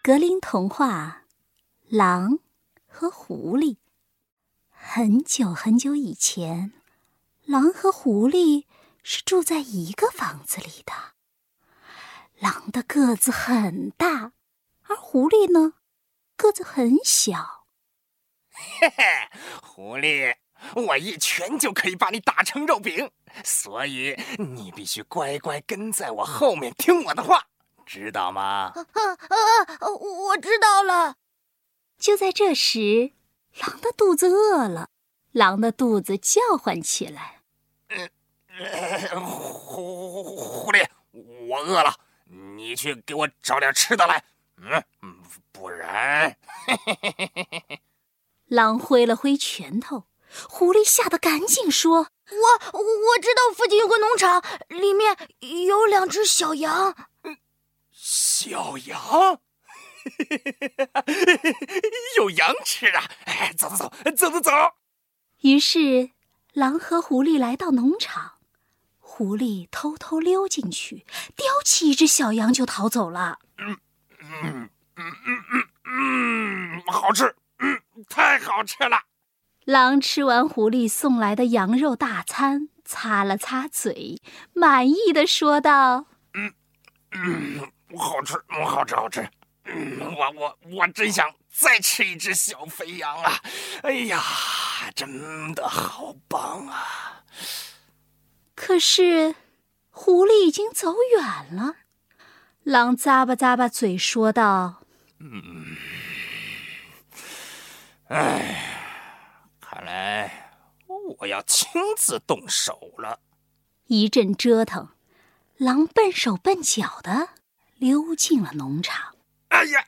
格林童话《狼和狐狸》。很久很久以前，狼和狐狸是住在一个房子里的。狼的个子很大，而狐狸呢，个子很小。 嘿嘿，狐狸，我一拳就可以把你打成肉饼，所以你必须乖乖跟在我后面听我的话，知道吗？ 我知道了。 就在这时，狼的肚子饿了，狼的肚子叫唤起来。 狐狸，我饿了，你去给我找点吃的来。不然…… 狼挥了挥拳头，狐狸吓得赶紧说： 我知道附近有个农场，里面有2只小羊。 小羊？有羊吃啊！走！ 于是狼和狐狸来到农场，狐狸偷偷溜进去，叼起一只小羊就逃走了。 好吃，太好吃了。 狼吃完狐狸送来的羊肉大餐，擦了擦嘴，满意的说道： 好吃。我真想再吃一只小肥羊啊！哎呀，真的好棒啊！ 可是狐狸已经走远了。狼咂巴咂巴嘴说道： 看来我要亲自动手了。 一阵折腾，狼笨手笨脚的溜进了农场。 哎呀！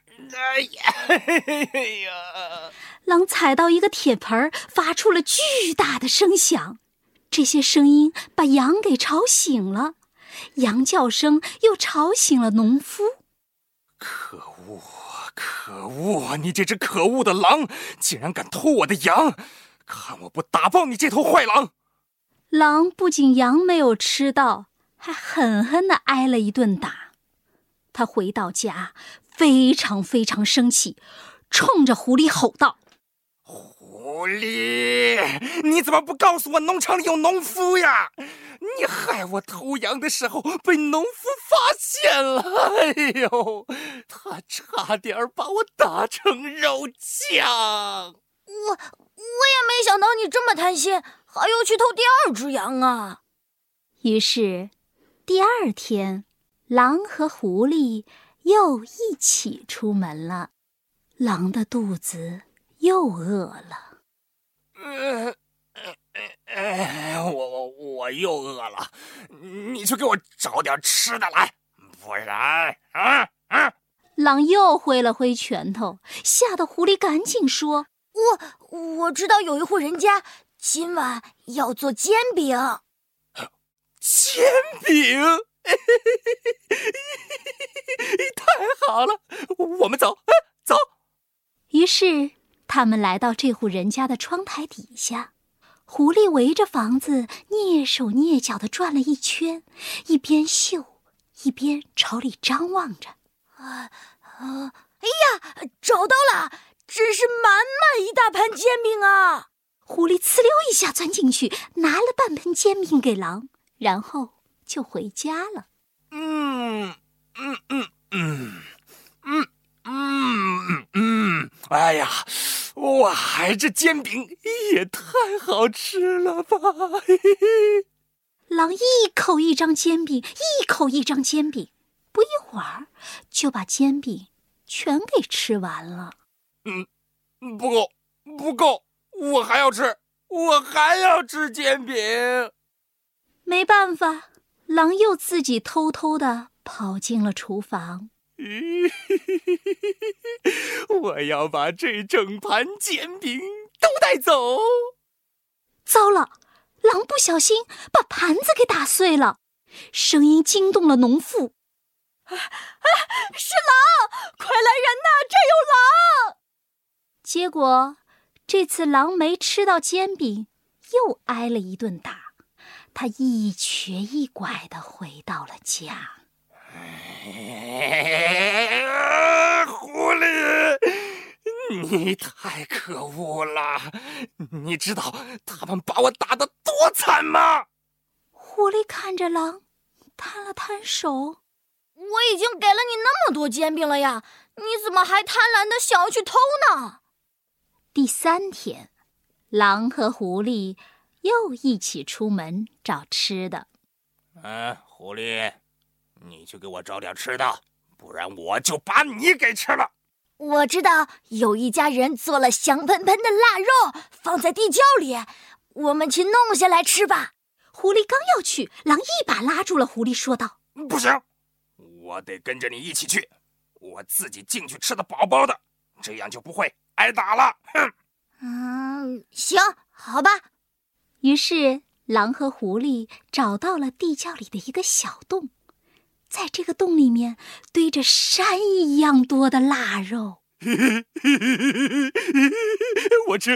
狼踩到一个铁盆，发出了巨大的声响。这些声音把羊给吵醒了，羊叫声又吵醒了农夫。 可恶！你这只可恶的狼，竟然敢偷我的羊！看我不打爆你这头坏狼！ 狼不仅羊没有吃到，还狠狠地挨了一顿打。他回到家，非常生气，冲着狐狸吼道： 狐狸，你怎么不告诉我农场里有农夫呀？你害我偷羊的时候被农夫发现了，哎呦，他差点把我打成肉酱。 我也没想到你这么贪心，还要去偷第2只羊啊！ 于是第2天，狼和狐狸又一起出门了。狼的肚子又饿了。 我又饿了，你去给我找点吃的来，不然…… 狼又挥了挥拳头，吓得狐狸赶紧说： 我知道有一户人家今晚要做煎饼。 煎饼？太好了，我们走。 于是他们来到这户人家的窗台底下，狐狸围着房子蹑手蹑脚地转了一圈，一边嗅一边朝里张望着。 哎呀，找到了，这是满一大盘煎饼啊！ 狐狸呲溜一下钻进去，拿了半盆煎饼给狼，然后就回家了。 哎呀，哇，这煎饼也太好吃了吧！ 狼一口一张煎饼，一口一张煎饼，不一会儿就把煎饼全给吃完了。 不够，我还要吃煎饼。 没办法，狼又自己偷偷地跑进了厨房。 我要把这整盘煎饼都带走。 糟了，狼不小心把盘子给打碎了，声音惊动了农妇。 是狼！快来人呐，这有狼！ 结果这次狼没吃到煎饼，又挨了一顿打。他一瘸一拐地回到了家。 狐你太可恶了！你知道他们把我打得多惨吗？ 狐狸看着狼，摊了摊手。 我已经给了你那么多煎饼了呀，你怎么还贪婪的想要去偷呢？ 第3天，狼和狐狸又一起出门找吃的。 狐狸，你去给我找点吃的，不然我就把你给吃了。 我知道有一家人做了香喷喷的腊肉，放在地窖里，我们去弄下来吃吧。 狐狸刚要去，狼一把拉住了狐狸，说道： 不行，我得跟着你一起去，我自己进去吃得饱饱的，这样就不会挨打了。哼！ 行，好吧。 于是狼和狐狸找到了地窖里的一个小洞，在这个洞里面堆着山一样多的腊肉。 我吃！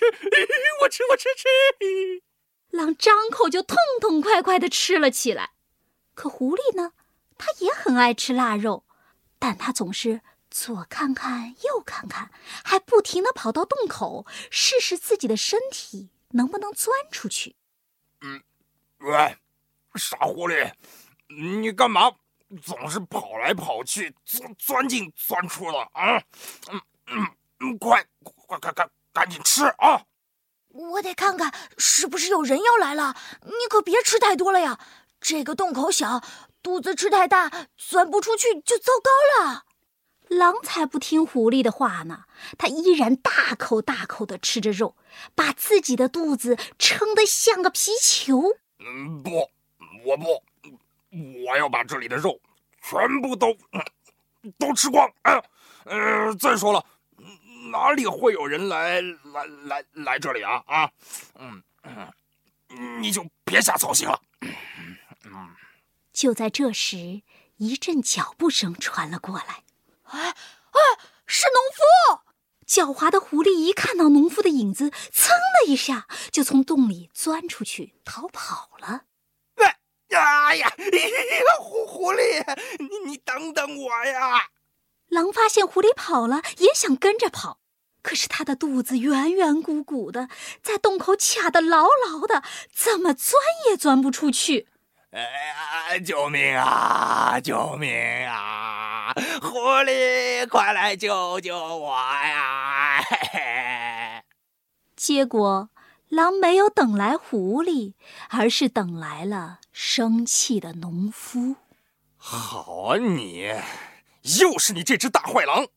狼张口就痛痛快快地吃了起来。可狐狸呢，它也很爱吃腊肉，但它总是左看看右看看，还不停地跑到洞口，试试自己的身体能不能钻出去。 喂，傻狐狸，你干嘛总是跑来跑去，钻进钻出的啊？快，赶紧吃啊！ 我得看看是不是有人要来了，你可别吃太多了呀。这个洞口小，肚子吃太大，钻不出去就糟糕了。 狼才不听狐狸的话呢，它依然大口大口地吃着肉，把自己的肚子撑得像个皮球。 不，我要把这里的肉全部都吃光。再说了，哪里会有人来这里啊？你就别瞎操心了。 就在这时，一阵脚步声传了过来。 是农夫！ 狡猾的狐狸一看到农夫的影子，噌的一下就从洞里钻出去逃跑了。 哎呀，狐狸，你等等我呀！ 狼发现狐狸跑了，也想跟着跑，可是他的肚子圆圆鼓鼓的，在洞口卡得牢牢的，怎么钻也钻不出去。 救命啊！救命啊！狐狸，快来救救我呀！ 结果狼没有等来狐狸，而是等来了生气的农夫。 好啊你，又是你这只大坏狼！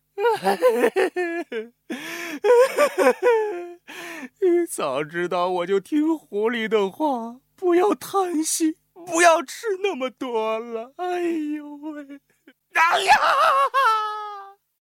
早知道我就听狐狸的话，不要贪心，不要吃那么多了。哎呦喂！哎呀！